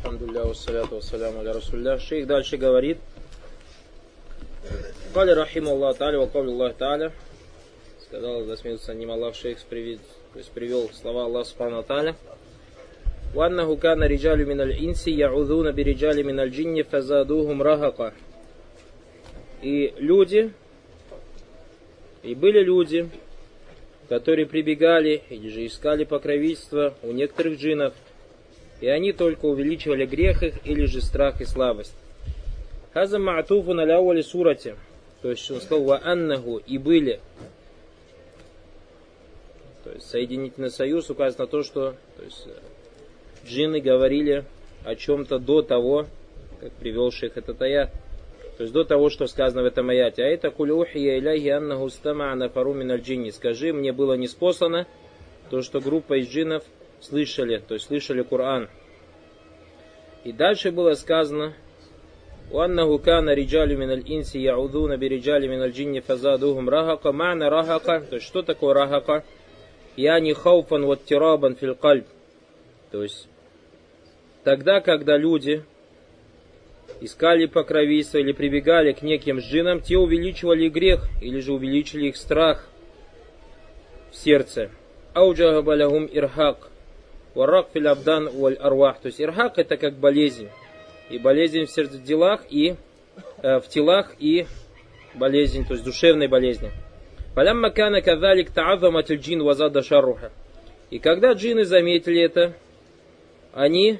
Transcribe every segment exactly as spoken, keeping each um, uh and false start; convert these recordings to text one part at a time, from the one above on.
Алхамдулилля, вассаляту вассаляму аля расулилля. Шейх дальше говорит. Кали рахиму Аллах та'аля, ва кавли Аллах та'аля. Сказал, да смеется ним Аллах, шейх привел, то есть привел слова Аллаха субхану ва та'аля. وأنه كان رجال من الإنس يعوذون برجال من الجن فزادوهم رهقا. И люди, и были люди, которые прибегали или же искали покровительство у некоторых джиннов, и они только увеличивали грех их или же страх и слабость. Хаза ма'туфу на ляуали сурате, то есть он сказал ва аннаху, и были. То есть соединительный союз указывает на то, что то есть, джинны говорили о чем-то до того, как привел шейх этот аят. То есть до того, что сказано в этом аяте. А это кулюхия иляхи аннаху стама нафару миналь джинни. Скажи, мне было неспослано то, что группа из джиннов слышали, то есть слышали Коран. И дальше было сказано: «Уаннаху кана риджалю миналь инси яудуна бириджали миналь джинни фазадухум рахака». Ма'на рахака, то есть что такое рахака? Яни хауфан ваттирабан фил кальб. То есть тогда, когда люди искали покровительство или прибегали к неким джиннам, те увеличивали грех или же увеличили их страх в сердце. Ауджаха балягум ирхак. Варак фил абдан валь арвах. То есть ирхак это как болезнь. И болезнь в сердце делах и э, в телах и болезнь, то есть душевной болезни. Фалямма кана кадалик та'аззамат аль-джин ва зада шарруха. И когда джинны заметили это, они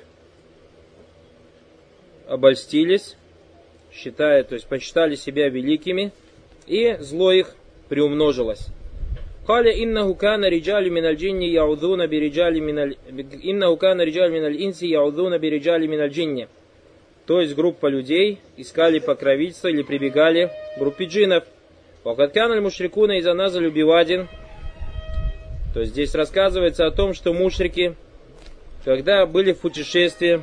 обольстились, считая, то есть почитали себя великими, и зло их приумножилось. قال إنه كان رجال من الجن يعوذون برجال من ال... إنه كان رجال من الإنس يعوذون برجال من الجن. То есть группа людей искали покровительство или прибегали к группе джиннов. وقد كان المشركون إذا نزلوا بواد. То есть здесь рассказывается о том, что мушрики, когда были в путешествии,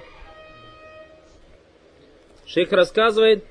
шейх рассказывает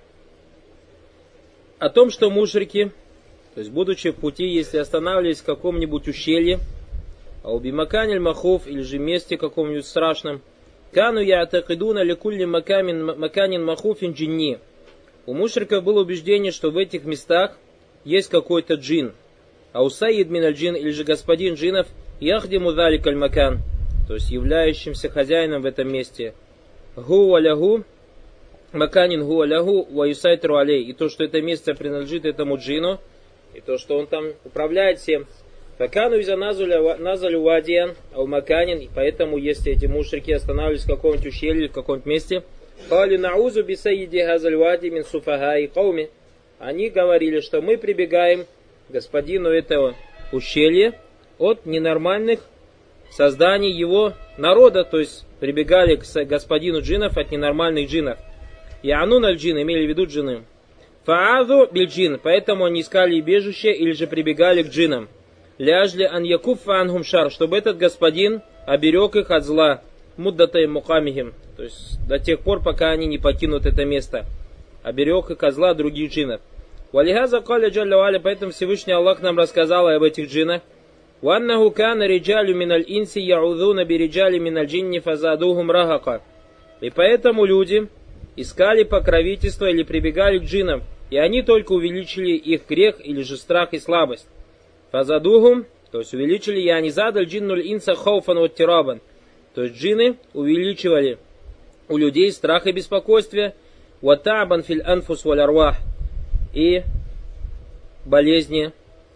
о том, что мушрики, то есть будучи в пути, если останавливались в каком-нибудь ущелье, а убимаканиль махов или же месте каком-нибудь страшном, кану я'такидуна ликулли маканин махуфин джинни. У мушриков было убеждение, что в этих местах есть какой-то джин. А у саид миналь джин, или же господин джинов, яхдиму заликаль макан, то есть являющимся хозяином в этом месте. Гу алягу маканин гу алягу ва юсайтру алей. И то, что это место принадлежит этому джину, и то, что он там управляет всем. Факану иза назалю вадиян ау маканин. И поэтому, если эти мушрики останавливались в каком-нибудь ущелье, в каком-нибудь месте, кали наузу би сайиди газаль вади мин суфахаи кауми. Они говорили, что мы прибегаем к господину этого ущелья от ненормальных созданий его народа, то есть прибегали к господину джиннов от ненормальных джиннов. Яанун аль-джин, имели в виду джинны. Фааду биль-джин, поэтому они искали убежище или же прибегали к джиннам. Ляжли ан якуффа анхум шар, чтобы этот господин оберег их от зла. Муддатай мукамихим, то есть до тех пор, пока они не покинут это место. Оберег их от зла других джиннов. Валихаза каля джалля валя, поэтому Всевышний Аллах нам рассказал об этих джиннах. Ваннаху кана риджалю миналь инси яудуна бириджали миналь джинни фазадухум рахака. И поэтому люди искали покровительство или прибегали к джиннам, и они только увеличили их грех или же страх и слабость. Фазадухум, то есть увеличили яни задаль джиннуль инса хауфан ваттирабан. То есть джинны увеличивали у людей страх и беспокойство, ваттабан фил анфус валь арвах, и болезни,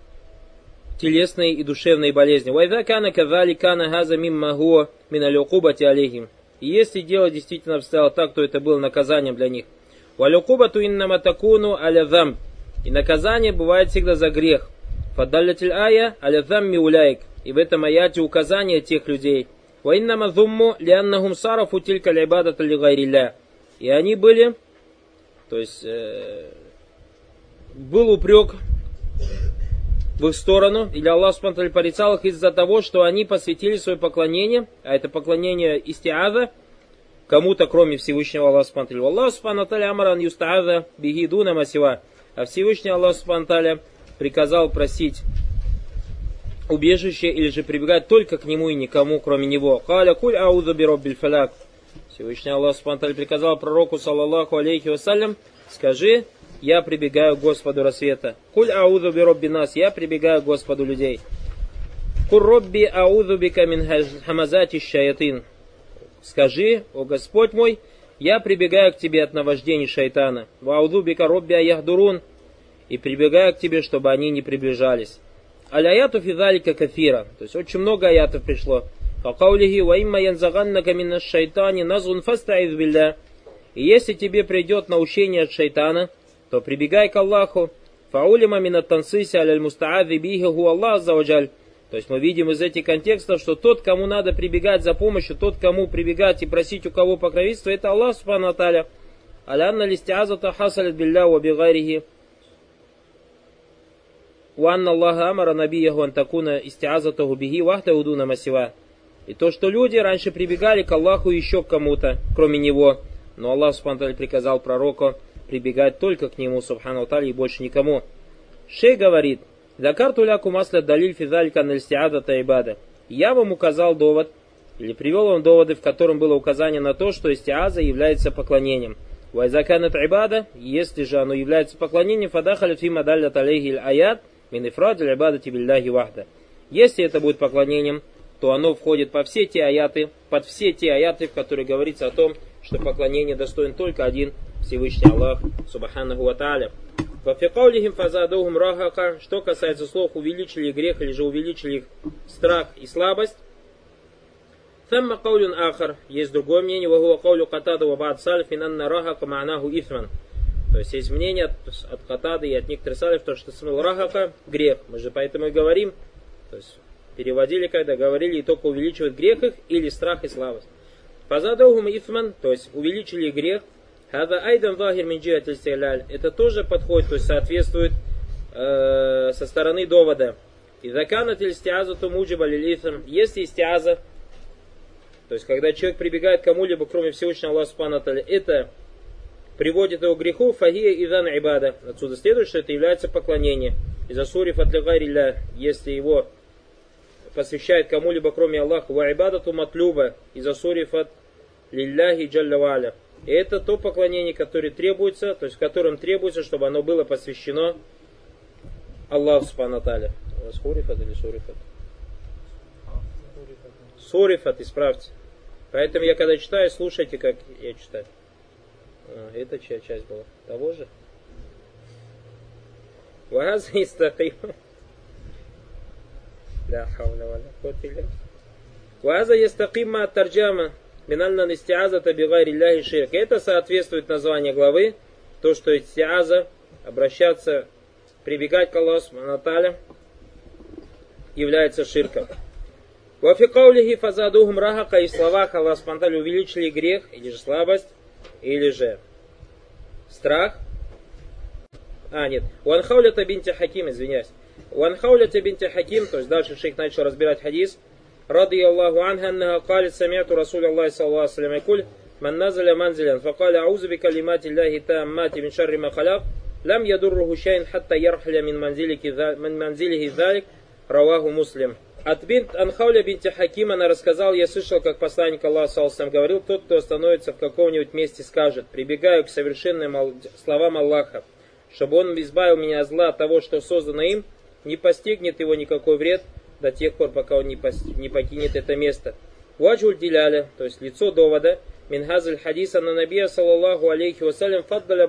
телесные и душевные болезни. Вайза кана казали кана газа мимма хуа миналь укубати алейхим. И если дело действительно обстояло так, то это было наказанием для них. Валь укубату иннама такуну аля зам. И наказание бывает всегда за грех. Фадаллятиль ая аля замми уляйк. И в этом аяте указание тех людей. Ва иннама зумму лианнахум сарафу тилька л'ибадата ли гайрилля. И они были, то есть э, был упрек в их сторону, или Аллах субхану ва тааля порицал их из-за того, что они посвятили свое поклонение, а это поклонение истиаза, кому-то кроме Всевышнего Аллаха субхану ва тааля. Аллах субхану ва тааля амаран юстааза биги дуна масива. А Всевышний Аллах субхану ва тааля приказал просить убежище или же прибегать только к нему и никому кроме него. Каля куль аузу би роббиль фаляк. Всевышний Аллах Субхану ва Тааля приказал пророку, саллаллаху алейхи вассалям, скажи, я прибегаю к Господу рассвета. Куль аузу би робби нас, я прибегаю к Господу людей. Куль робби аузу бика мин хамазати шаятин. Скажи, о Господь мой, я прибегаю к тебе от наваждений шайтана. Ва аузу бика робби аяхдурун. И прибегаю к тебе, чтобы они не приближались. Аль-аяту фи залика кафира. То есть очень много аятов пришло. Факаулихи ва имма янзаганнака минаш шайтани назгун фастаиз билля. И если тебе придет научение от шайтана, то прибегай к Аллаху. Фаулима минат тансиси аляль мустаази бихи ху Аллах аззаваджаль. То есть мы видим из этих контекстов, что тот, кому надо прибегать за помощью, тот, кому прибегать и просить у кого покровительства, это Аллах Субхану ва Тааля. Алянна листиазата хасалят билля ва бигайрихи. Уанна Аллаха амара набияху антакуна истиазатаху бихи вахтаудуна масива. И то, что люди раньше прибегали к Аллаху еще к кому-то, кроме Него. Но Аллах Субхану ва Тааля приказал пророку прибегать только к Нему, Субхану ва Тааля, и больше никому. Шейх говорит, «Закарту ляку масля далиль физалька нальстиазата ибада». Я вам указал довод, или привел вам доводы, в котором было указание на то, что истиаза является поклонением. Вайзаканат ибада, если же оно является поклонением, фадахалят фи мадаллят алейхи аят мин ифрадиль ибадати билляхи вахда. Если это будет поклонением, то оно входит по все те аяты, под все те аяты, в которых говорится о том, что поклонение достоин только один Всевышний Аллах, Субханаху ва Тааля. Что касается слов увеличили грех или же увеличили их страх и слабость. Тамма каулюн ахар. Есть другое мнение. Вахуа каулю катада ва ба'д салиф инанна рахака ма'наху ифман. То есть есть мнение от, от Катады и от некоторых салиф, то что смысл рахака грех. Мы же поэтому и говорим, то есть переводили, когда говорили, и только увеличивать грех их или страх и слабость. Фазадахум ифман, то есть увеличили грех. Хада айдан захир мин джихат аль-истигляль. Это тоже подходит, то есть соответствует э, со стороны довода. Иза канат аль-истиазату муджиба лиль-ифм. Если истиаза, то есть когда человек прибегает к кому-либо, кроме Всевышнего Аллаха Субхану ва Тааля, это приводит его к греху, фахия идан ибада. Отсюда следует, что это является поклонение. Иза суриф от лигарилля, если его посвящает кому-либо, кроме Аллаха, ва ибадату матлюба, иза суриф от лилляхи джалля ва аля. И это то поклонение, которое требуется, то есть в котором требуется, чтобы оно было посвящено Аллаху Субхану ва Тааля. Сурифат или сурифат? Сурифат, исправьте. Поэтому я когда читаю, слушайте, как я читаю. А, это чья часть была? Того же? Ваза истаким. Ля хауля валя куввата илля билля. Ваза истаким тарджама. Минальна истиазата бигайрилляхи ширк. Это соответствует названию главы. То, что истиаза, обращаться, прибегать к Аллаху Субхану ва Тааля, является ширком. Вафи каулихи фазадухум рахака, и в словах Аллаха Субхану ва Тааля увеличили грех, или же слабость, или же страх. А, нет. Уанхаулята бинти Хаким, извиняюсь. Уанхаулята бинти Хаким, то есть дальше шейх начал разбирать хадис. رضي الله عنها أنها قالت سمعت رسول الله صلى الله عليه وسلم يقول من نزل منزلا فقال أعوذ بكلمات الله التامات من شر ما خلق لم يضره شيء حتى يرحل من منزله من منزله ذلك رواه مسلم. От бинт Анхауля бинти Хаким она рассказала, я слышал, как посланник Аллаха саллаллаху алейхи ва саллям говорил, тот, кто остановится в каком-нибудь месте, скажет, прибегаю к совершенным словам Аллаха, чтобы он избавил меня от зла, от того, что создано им, не постигнет его никакой вред до тех пор, пока он не, пос... не покинет это место. Ваджуль диляля, то есть лицо довода, минхазаль хадиса на набия саллаллаху алейхи вассалям фаддаля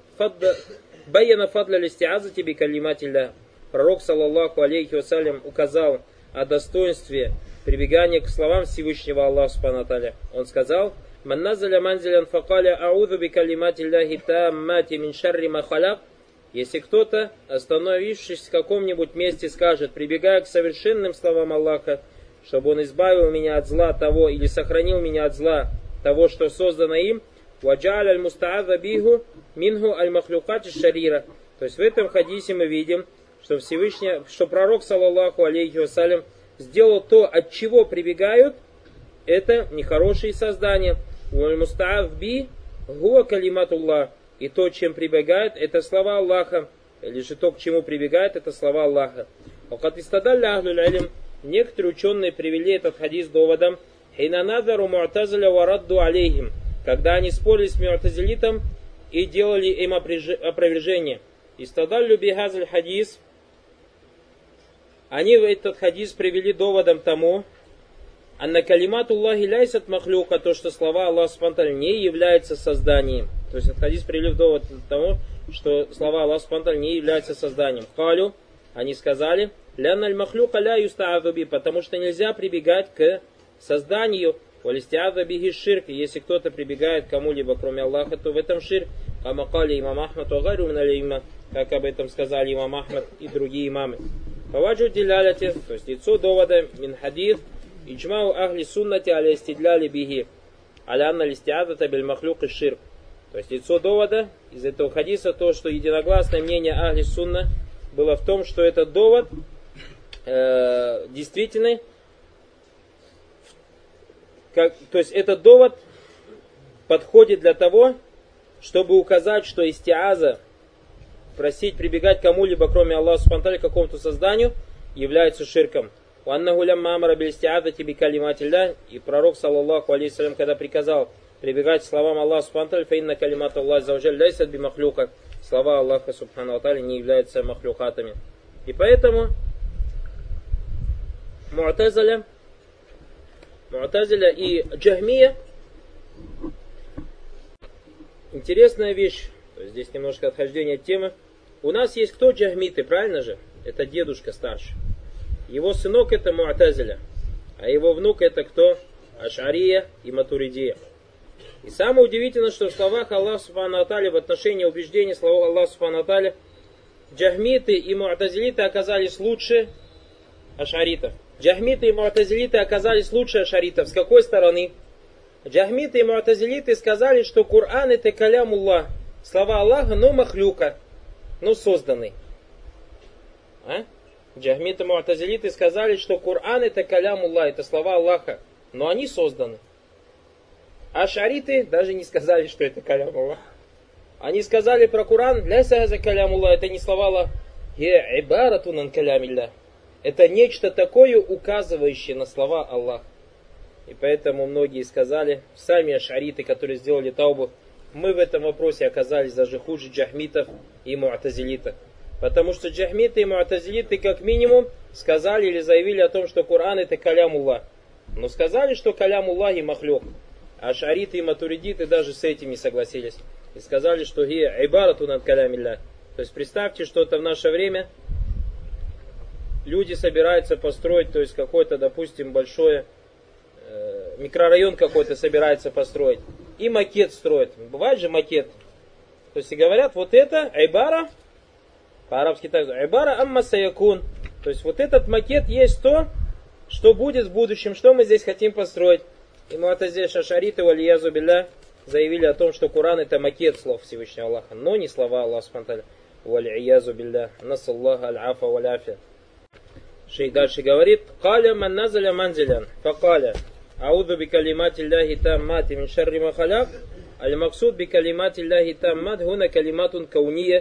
баяна фадля листиаза тебе калиматилля. Пророк саллаллаху алейхи вассалям указал о достоинстве прибегания к словам Всевышнего Аллаха Субхану ва Тааля. Он сказал, ман назаля манзилян факаля аузу би калиматилляхи таммати мин шарри ма халак. Если кто-то, остановившись в каком-нибудь месте, скажет, прибегая к совершенным словам Аллаха, чтобы он избавил меня от зла того, или сохранил меня от зла того, что создано им, ваджаль аль-мустааза биху минху аль-махлюкати шарира. То есть в этом хадисе мы видим, что Всевышний, что пророк, саллаллаху алейхи вассалям, сделал то, от чего прибегают, это нехорошие создания. Аль-мустааз би гуа калиматуллах. И то, чем прибегает, это слова Аллаха. Или же то, к чему прибегает, это слова Аллаха. Некоторые ученые привели этот хадис доводом. Хейнаназару му'тазиля варадду алейхим. когда они спорили с му'тазилитом и делали им опровержение. Истадаллю бихазаль хадис, они этот хадис привели доводом тому, анна калиматуллахи ляйсат махлюка, то, что слова Аллаха субхану не являются созданием. То есть этот хадис привели в довод тому, что слова Аллаха субхану не являются созданием. Калю, они сказали, ляналь махлюка ля юста'адуби, потому что нельзя прибегать к созданию, валисти'адубихи ширк, если кто-то прибегает к кому-либо, кроме Аллаха, то в этом ширк. Амакали имам Ахмад, как об этом сказали имам Ахмад и другие имамы. Фаваджу диляляти, то есть лицо довода, мин хадис, иджмау ахли суннати аля истидляли биги, аля анна листиадата биль махлюк и ширк. То есть лицо довода из этого хадиса то, что единогласное мнение ахли сунна было в том, что этот довод э, действительный, как, то есть этот довод подходит для того, чтобы указать, что истиаза, просить, прибегать к кому-либо, кроме Аллаха субхану ва тааля, к какому-то созданию, является ширком. И пророк, саллаллаху алейхи салям, когда приказал прибегать к словам Аллаха субхану ва тааля, фаинна калимат Аллах заужаль ляйсат би махлюка, слова Аллаха субхану ва тааля не являются махлюкатами. И поэтому Му'тазиля, Му'тазиля и Джахмия, интересная вещь, то есть здесь немножко отхождение от темы. У нас есть кто джахмиты, правильно же? Это дедушка старший. Его сынок это Му'тазиля, а его внук это кто? Аш'ария и Матуридия. И самое удивительное, что в словах Аллаха субхану ва тааля, в отношении убеждений слова Аллаха субхану ва тааля, джахмиты и му'тазилиты оказались лучше аш'аритов. Джахмиты и му'тазилиты оказались лучше аш'аритов. С какой стороны? Джахмиты и му'тазилиты сказали, что Коран это калямуллах, слова Аллаха, но махлюка, но созданный. А? Джахмиты и му'тазилиты сказали, что Коран это калямуллах, это слова Аллаха, но они созданы. А аш'ариты даже не сказали, что это калямуллах. Они сказали про Коран, ляйса газа калямуллах, это не слова Аллаха, е ибаратун ан калямилля. Это нечто такое, указывающее на слова Аллаха. И поэтому многие сказали, сами аш'ариты, которые сделали таубу, мы в этом вопросе оказались даже хуже джахмитов и му'тазилитов. Потому что джахмиты и му'тазилиты как минимум сказали или заявили о том, что Коран это калямуллах. Но сказали, что калямуллах и махлюк. А аш'ариты и матуридиты даже с этим не согласились. И сказали, что гия ибаратун ан калямилля. То есть представьте, что это в наше время люди собираются построить, то есть какой-то, допустим, большой э, микрорайон какой-то собирается построить. И макет строят. Бывает же макет. То есть и говорят, вот это айбара, по-арабски так, айбара амма саякун. То есть вот этот макет есть то, что будет в будущем, что мы здесь хотим построить. И му'тазили аш'ариты валиязу билля заявили о том, что Коран это макет слов Всевышнего Аллаха, но не слова Аллаха субхану ва тааля. Валиязу билля. Насаллаха аль-афа валяфия. Шейх дальше говорит, «Каля ман назаля манзилян, факаля, ауду би калимати Аллахи таммати мин шарри ма халяк, аль-максуд би калимати Аллахи таммат, хуна калиматун кауния,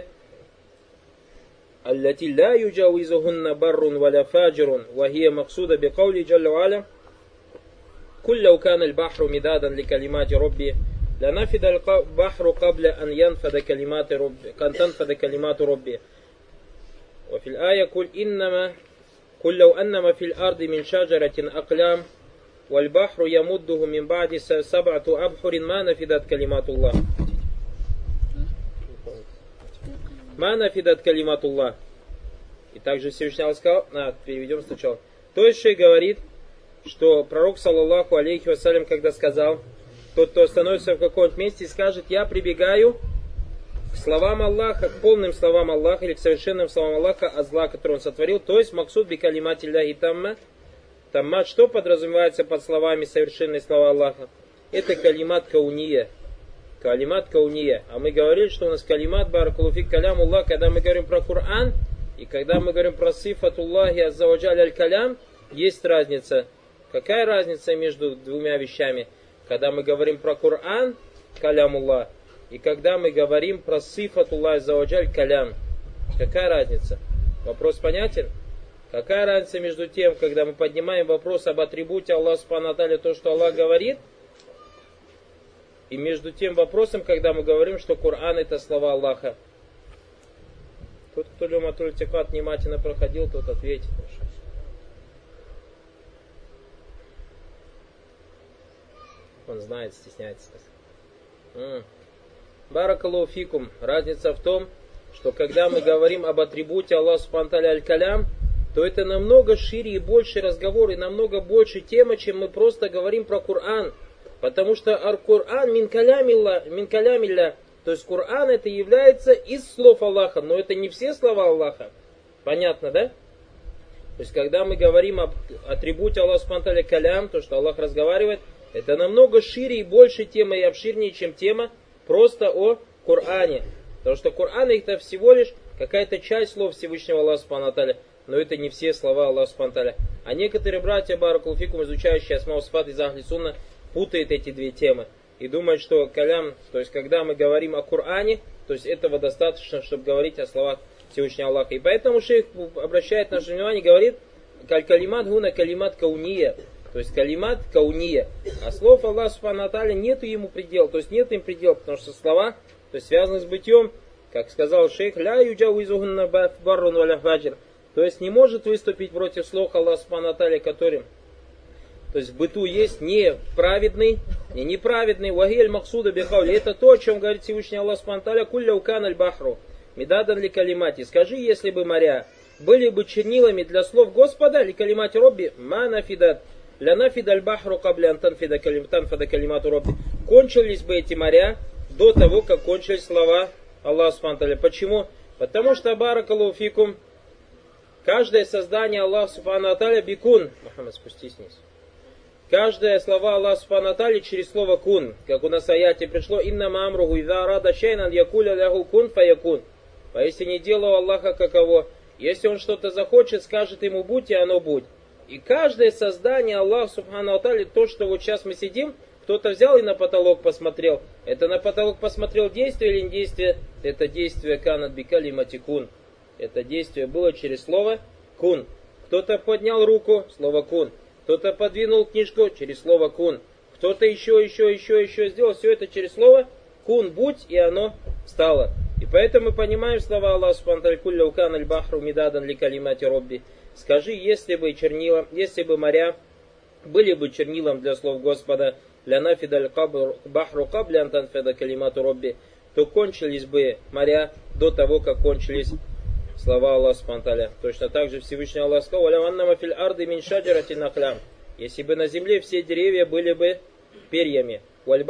аллати ла юджауизухунна баррун валя фаджирун, вахия максуда би каули джалла ва'аля, кулляу кан аль-бахру мидадан ли калимати Робби, لنفد البحر قبل أن ينفد كلمات ربي كان تنفد كلمات ربي وفي الآية قل إنما قل لو أنما في الأرض من شجرة أقلام والبحر يمده من بعد سبعة أبحر ما نفدت كلمات الله ما نفدت كلمات الله. И также Всевышний Аллах сказал, на, переведем сначала. То есть шейх говорит, что пророк, саллаллаху алейхи вассалям, когда сказал, тот, кто остановится в каком-то месте и скажет, я прибегаю к словам Аллаха, к полным словам Аллаха или к совершенным словам Аллаха от зла, который он сотворил, то есть максуд би калимати Аллахи тамма. Тамма, что подразумевается под словами совершенные слова Аллаха? Это калимат кауния. Калимат кауния. А мы говорили, что у нас калимат баракулуфик калям Аллах, когда мы говорим про Коран, и когда мы говорим про сифатуллахи аззаваджаль аль-калям, есть разница. Какая разница между двумя вещами? Когда мы говорим про Коран, калямуллах, и когда мы говорим про сифатуллах аззаваджаль калям. Какая разница? Вопрос понятен? Какая разница между тем, когда мы поднимаем вопрос об атрибуте Аллаха субхану ва тааля, то, что Аллах говорит, и между тем вопросом, когда мы говорим, что Коран это слова Аллаха. Тот, кто Люматуль Тикат внимательно проходил, тот ответит. Он знает, стесняется. Баракаллаху фикум. Разница в том, что когда мы говорим об атрибуте Аллаха Субхану ва Тааля аль-Калям, то это намного шире и больше разговор, и намного больше тема, чем мы просто говорим про Коран. Потому что Ар-Коран мин калямилля, то есть Коран это является из слов Аллаха, но это не все слова Аллаха. Понятно, да? То есть когда мы говорим об атрибуте Аллаха Субхану ва Тааля калям, то, что Аллах разговаривает, это намного шире и больше тема и обширнее, чем тема просто о Коране. Потому что Коран это всего лишь какая-то часть слов Всевышнего Аллаха Субхану ва Тааля, но это не все слова Аллаха Субхану ва Тааля. А некоторые братья, баракаллаху фикум, изучающие асма ва сифат из Ахли Сунна, путают эти две темы и думают, что калям, то есть когда мы говорим о Коране, то есть этого достаточно, чтобы говорить о словах Всевышнего Аллаха. И поэтому шейх обращает наше внимание и говорит, калимат гуна калимат кауния, то есть калимат кауния. А слов Аллаха Субхану ва Тааля нету ему предела, то есть нет им предела, потому что слова, то есть связаны с бытием, как сказал шейх, ля юджауизухунна баррун валя фаджр, то есть не может выступить против слов Аллаха Субхану ва Тааля, которым, то есть в быту есть неправедный, не неправедный, вахиль максуда бихаули. Это то, о чем говорит Всевышний Аллах Субхану ва Тааля, кулля укан аль-бахру, медадан ли калимати. Скажи, если бы моря были бы чернилами для слов Господа, ли калимати робби, ма нафидат, ля нафид аль-бахру кабля антанфида калимату робби. Кончились бы эти моря до того, как кончились слова Аллаха Субхану ва Тааля. Почему? Потому что, баракаллаху фикум, каждое создание Аллаха Субхану ва Тааля бикун. Мухаммад, спустись вниз. Каждое слова Аллаха Субхану ва Тааля через слово кун. Как у нас в аяте пришло, инна маамруху иза арада шайнан якуля ляху кун фаякун. Поистине дело у Аллаха каково. Если он что-то захочет, скажет ему будь, и оно будь. И каждое создание Аллаха Субхану ва Тааля, то, что вот сейчас мы сидим, кто-то взял и на потолок посмотрел. Это на потолок посмотрел действие или не действие? Это действие канат бикалимати кун. Это действие было через слово кун. Кто-то поднял руку, слово кун. Кто-то подвинул книжку через слово кун. Кто-то еще, еще, еще, еще сделал. Все это через слово кун, будь, и оно стало. И поэтому мы понимаем слова Аллаха Субхану ва Тааля, кулля укан аль-бахру мидадан ли калимати робби. Скажи, если бы чернила, если бы моря были бы чернилом для слов Господа, ля нафид аль-бахру кабля антанфеда калимату робби, то кончились бы моря до того, как кончились слова Аллаха Субхану ва Тааля. Точно так же Всевышний Аллах сказал, если бы на земле все деревья были бы перьями,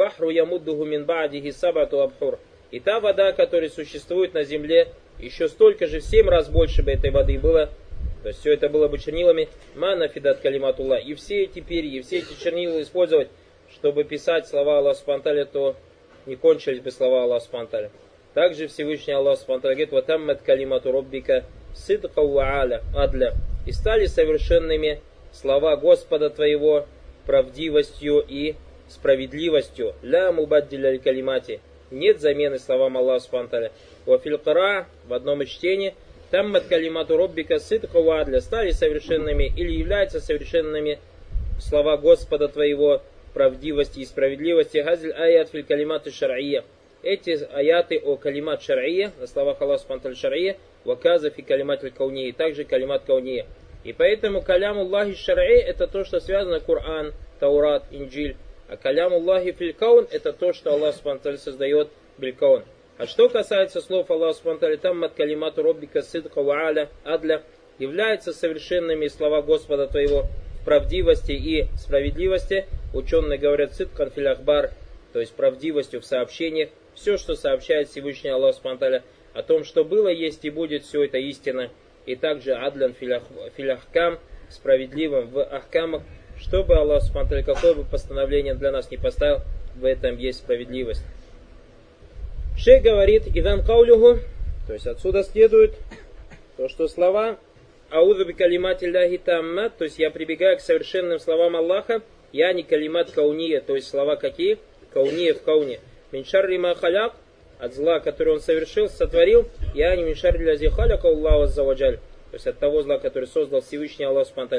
и та вода, которая существует на земле, еще столько же, в семь раз больше бы этой воды было, то есть все это было бы чернилами, мана фидат калиматуллах. И все эти перья, все эти чернила использовать, чтобы писать слова Аллаха Субхану ва Тааля, то не кончились бы слова Аллаха Субхану ва Тааля. Также Всевышний Аллах Субхану ва Тааля говорит, «Ватаммат калимату роббика сидка ва адля». И стали совершенными слова Господа твоего правдивостью и справедливостью. «Ля мубаддиля аль калимати». Нет замены словам Аллаха Субхану ва Тааля. «Ва фил кара» в одном из чтений «Таммат калимату роббика сидка ва адля». Стали совершенными или являются совершенными слова Господа твоего правдивости и справедливости. «Газиль аят фил калиматы шар'ия». Эти аяты о калимат шар'ия, на словах Аллаха Субхану ва Тааля шар'ия, ваказа фи калимат аль-кауния, и также калимат кауния. И поэтому калям Аллахи шар'ия это то, что связано Коран, Таурат, Инджиль. А калям Аллахи фил каун это то, что Аллах Субхану ва Тааля создает биль-каун. А что касается слов Аллаха Субхану ва Тааля, таммат калимату роббика сидка ва адля, являются совершенными слова Господа твоего в правдивости и справедливости. Ученые говорят сидкан фил ахбар, то есть правдивостью в сообщениях. Все, что сообщает Всевышний Аллах Субхану ва Тааля о том, что было, есть и будет, все это истина. И также адлян фил ахкам, справедливым в ахкамах, чтобы Аллах Субхану ва Тааля какое бы постановление для нас не поставил, в этом есть справедливость. Шейх говорит, идан каулюху, то есть отсюда следует то, что слова аузу би калимати ляхи тамма, то есть я прибегаю к совершенным словам Аллаха, я не калимат кауния, то есть слова какие? Кауния в кауне. Миншарри ма халяк, от зла, который он совершил, сотворил, я не миншарри лязи халяка Аллаху аззаваджаль, то есть от того зла, который создал Всевышний Аллах Субхану ва Тааля.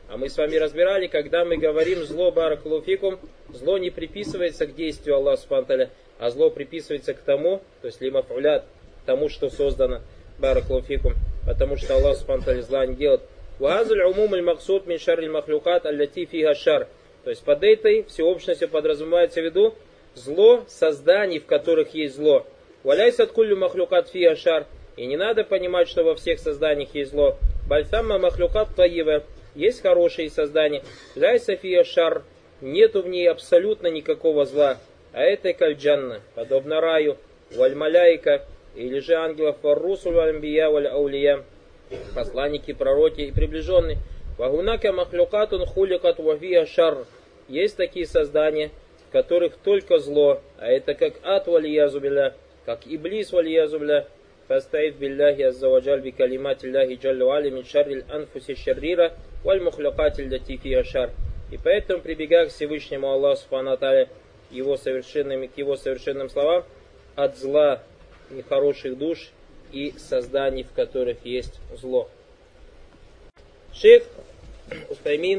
А мы с вами разбирали, когда мы говорим зло баракалуфикум, зло не приписывается к действию Аллаха субхану ва тааля, а зло приписывается к тому, то есть лимафулят, тому, что создано баракалуфикум, потому что Аллах субхану ва тааля зла не делает. Вахазуль умум аль максуд мин шарриль махлюкат аллати фиха шар. То есть под этой всеобщностью подразумевается в виду зло созданий, в которых есть зло. Валяйсат куллю махлюкат фиха шар. И не надо понимать, что во всех созданиях есть зло. Бальтамма махлюкат таива. Есть хорошие создания. Ляйса фиха шар. Нету в ней абсолютно никакого зла. А это кальджанна, подобно раю, валь-маляйка, или же ангелов, вар-русуль валь-амбия валь-аулия, посланники, пророки и приближенные. Вагунака махлюкатун хуликат вафия шар. Есть такие создания, в которых только зло, а это как ад валиязубилля, как иблис валиязубилля. Фастаид билляхи аззаваджаль би калимати лляхи джаллю али мин шарриль анфуси шаррира валь мухлюкатиль лати фиха шар. И поэтому, прибегая к Всевышнему Аллаху субхану ва тааля, его совершенным, к его совершенным словам, от зла нехороших душ и созданий, в которых есть зло. Шейх Устаймин,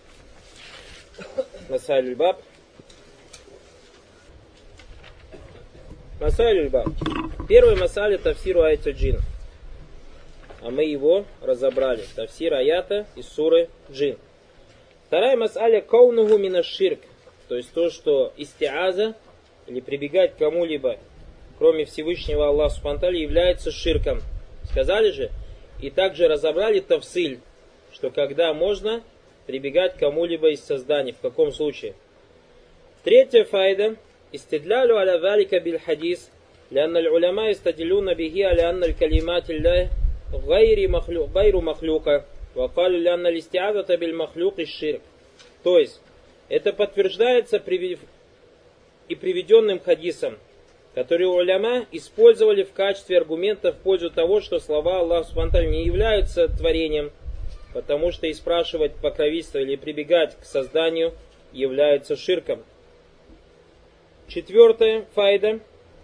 Масайль Баб. Масайль Баб. Первый масаль это тафсиру аята джин. А мы его разобрали. Тафсир аята из суры джин. Вторая масаля каунуху мина ширк. То есть то, что истиаза или прибегать к кому-либо, кроме Всевышнего Аллаха субхану ва тааля, является ширком. Сказали же. И также разобрали тафсиль, что когда можно прибегать к кому-либо из созданий, в каком случае. Третья файда. Истидлялю аля валика биль хадис, лянна аль-уляма истадилюна бихи аля анна аль-калимат илля гайру махлюка, вакалю лянна аль-истиазата биль махлюк и ширк. То есть, это подтверждается и приведенным хадисом, которые уляма использовали в качестве аргумента в пользу того, что слова Аллаха субхану ва тааля не являются творением, потому что и спрашивать покровительство или прибегать к созданию является ширком. Четвертая файда.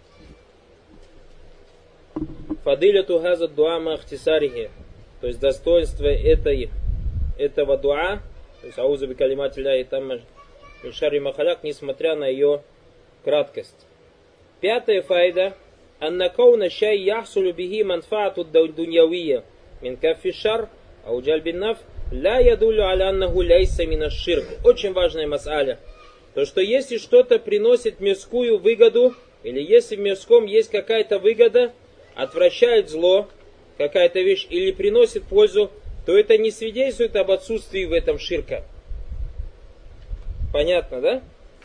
Фадиляту газа дуа махтисарихи. То есть достоинство этой, этого дуа, то есть аузу би калимати лляхи тамма мин шарри ма халяк, несмотря на ее краткость. Пятая файда. Анна кауна шай яхсулю бихи манфаату дуньявия мин каффи шар ау джальбин наф ля ядулю аля аннаху ляйса мина ширк. Очень важная мас'аля. То, что если что-то приносит мирскую выгоду, или если в мирском есть какая-то выгода, отвращает зло, какая-то вещь, или приносит пользу, то это не свидетельствует об отсутствии в этом ширка. Понятно, да?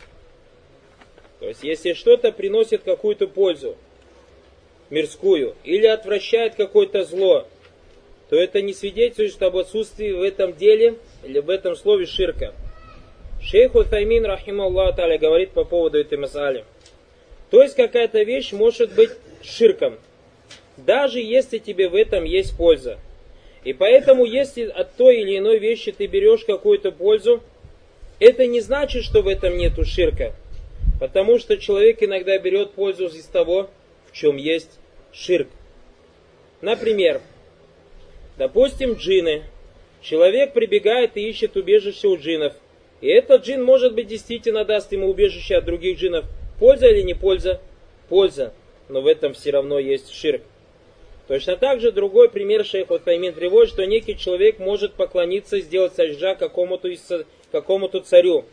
То есть, если что-то приносит какую-то пользу, мирскую, или отвращает какое-то зло, то это не свидетельствует об отсутствии в этом деле, или в этом слове ширка. Шейх Утаймин, рахимахуллаху тааля, говорит по поводу этой мас'али. То есть какая-то вещь может быть ширком, даже если тебе в этом есть польза. И поэтому, если от той или иной вещи ты берешь какую-то пользу, это не значит, что в этом нету ширка. Потому что человек иногда берет пользу из того, в чем есть ширк. Например, допустим, джинны. Человек прибегает и ищет убежище у джиннов. И этот джин, может быть, действительно даст ему убежище от других джиннов. Польза или не польза? Польза. Но в этом все равно есть ширк. Точно так же другой пример шейх Утаймин приводит, что некий человек может поклониться и сделать саджда какому-то, какому-то царю.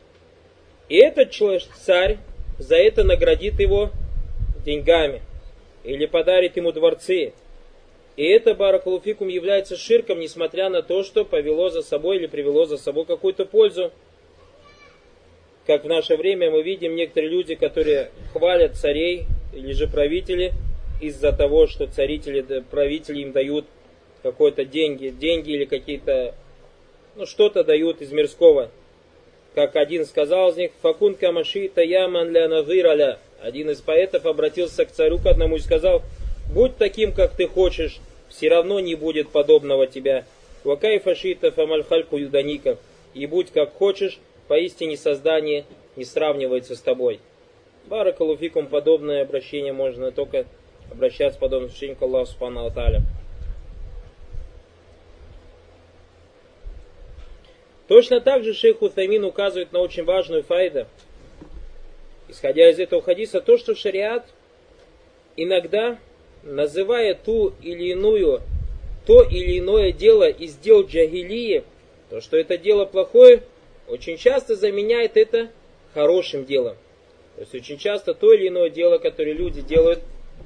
И этот человек, царь, за это наградит его деньгами. Или подарит ему дворцы. И это, баракалуфикум, является ширком, несмотря на то, что повело за собой или привело за собой какую-то пользу. Как в наше время мы видим некоторые люди, которые хвалят царей или же правителей из-за того, что царители, правители им дают какие-то деньги, деньги или какие-то, ну что-то дают из мирского. Как один сказал из них, «Факун камаши таяман ля назираля». Один из поэтов обратился к царю к одному и сказал, «Будь таким, как ты хочешь, все равно не будет подобного тебя. Вакай фашита фамальхальку юданика. И будь как хочешь, поистине создание не сравнивается с тобой». Баракалуфикум, подобное обращение можно только обращаться подобно обращению к Аллаху субхану ва тааля. Точно так же шейх Утаймин указывает на очень важную файду, исходя из этого хадиса, то, что шариат иногда, называя ту или иную, то или иное дело из дел джагилии, то, что это дело плохое, очень часто заменяет это хорошим делом. То есть очень часто то или иное дело, которое люди делают,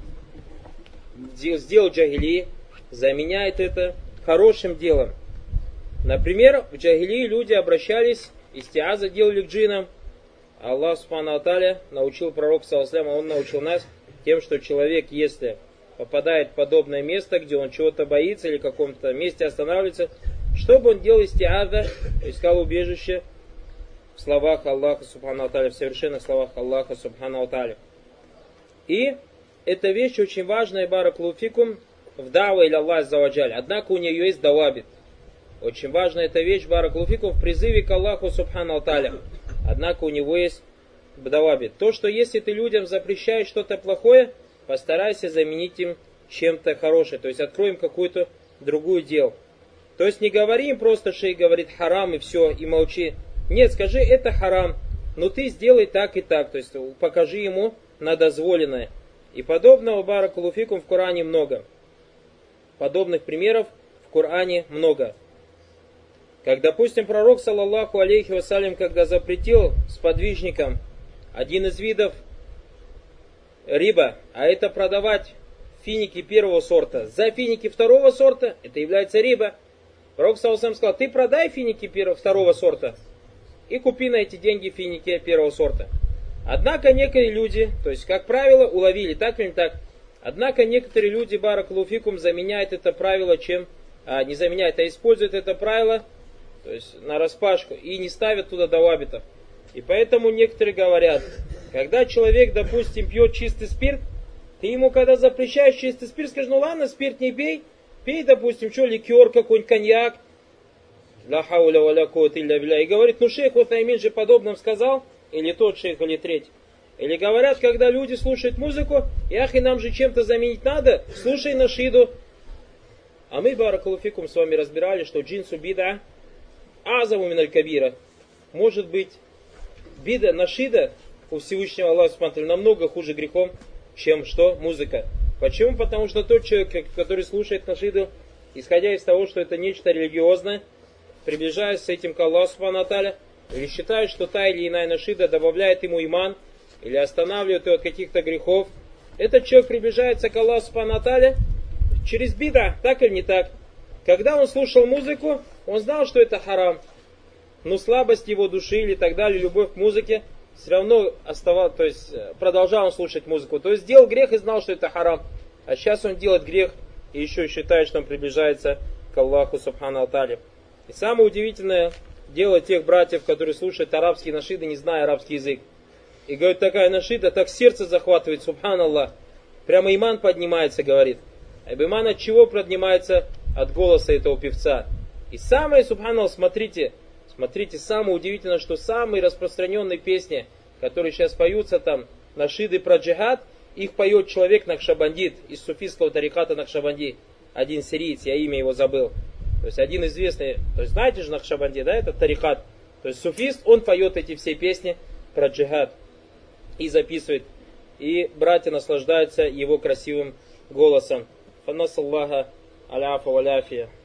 сделал джагилии, заменяет это хорошим делом. Например, в джагилии люди обращались, истиаза делали к джиннам. Аллах Субхану Аталя научил пророка, саллаллаху алейхи ва саллям, он научил нас тем, что человек, если попадает в подобное место, где он чего-то боится или в каком-то месте останавливается, чтобы он делал истиаза, искал убежище в словах Аллаха Субхану Аталя, в совершенных словах Аллаха Субхану Аталя. И эта вещь очень важная, баракаллаху фикум, в дава или Аллах аззаваджаль. Однако у нее есть давабит. Очень важная эта вещь, баракаллаху фикум, в призыве к Аллаху Субхану Аталя. Однако у него есть давабит. То, что если ты людям запрещаешь что-то плохое, постарайся заменить им чем-то хорошее. То есть откроем какую-то другую дело. То есть не говори им просто, шейх говорит харам и все, и молчи. Нет, скажи, это харам, но ты сделай так и так. То есть покажи ему на дозволенное. И подобного, баракаллаху фикум, в Коране много. Подобных примеров в Коране много. Как, допустим, пророк, саллаллаху алейхи вассалям, когда запретил сподвижникам один из видов риба, а это продавать финики первого сорта за финики второго сорта, это является риба. Пророк, саллаллаху алейхи вассалям, сказал, ты продай финики первого, второго сорта и купи на эти деньги финики первого сорта. Однако некоторые люди, то есть, как правило, уловили, так или не так, однако некоторые люди, баракаллаху фикум, заменяют это правило чем, а, не заменяют, а используют это правило, то есть на распашку, и не ставят туда давабитов. И поэтому некоторые говорят, когда человек, допустим, пьет чистый спирт, ты ему когда запрещаешь чистый спирт, скажешь, ну ладно, спирт не пей, пей, допустим, что, ликер какой-нибудь, коньяк, ла хауля ва ля куввата илля билля. И говорит, ну шейх Утаймин же подобным сказал, или тот шейх, или третий. Или говорят, когда люди слушают музыку, ях, и нам же чем-то заменить надо, слушай нашиду. А мы, баракаллаху фикум, с вами разбирали, что джинсу бида азаму миналь кабира. Может быть, бида, нашида у Всевышнего Аллаха субхану ва тааля намного хуже грехом, чем что? Музыка. Почему? Потому что тот человек, который слушает нашиду, исходя из того, что это нечто религиозное, приближаясь с этим к Аллаху субхану ва тааля, или считает, что та или иная нашида добавляет ему иман, или останавливает его от каких-то грехов, этот человек приближается к Аллаху субхану ва тааля через бида, так или не так. Когда он слушал музыку, он знал, что это харам. Но слабость его души или так далее, любовь к музыке, все равно оставал, то есть продолжал он слушать музыку. То есть сделал грех и знал, что это харам. А сейчас он делает грех и еще считает, что он приближается к Аллаху субхану ва тааля. И самое удивительное дело тех братьев, которые слушают арабские нашиды, не зная арабский язык. И говорит, такая нашида, так сердце захватывает, субханаллах. Прямо иман поднимается, говорит. А иман от чего поднимается? От голоса этого певца. И самое, субханаллах, смотрите, смотрите, самое удивительное, что самые распространенные песни, которые сейчас поются там, нашиды про джихад, их поет человек Накшабандит, из суфийского тариката Накшабанди. Один сириец, я имя его забыл. То есть один известный, то есть знаете же Накшабанди, да, это тарикат. То есть суфист, он поет эти все песни про джихад и записывает. И братья наслаждаются его красивым голосом. Фанасаллаха аляфа валяфия.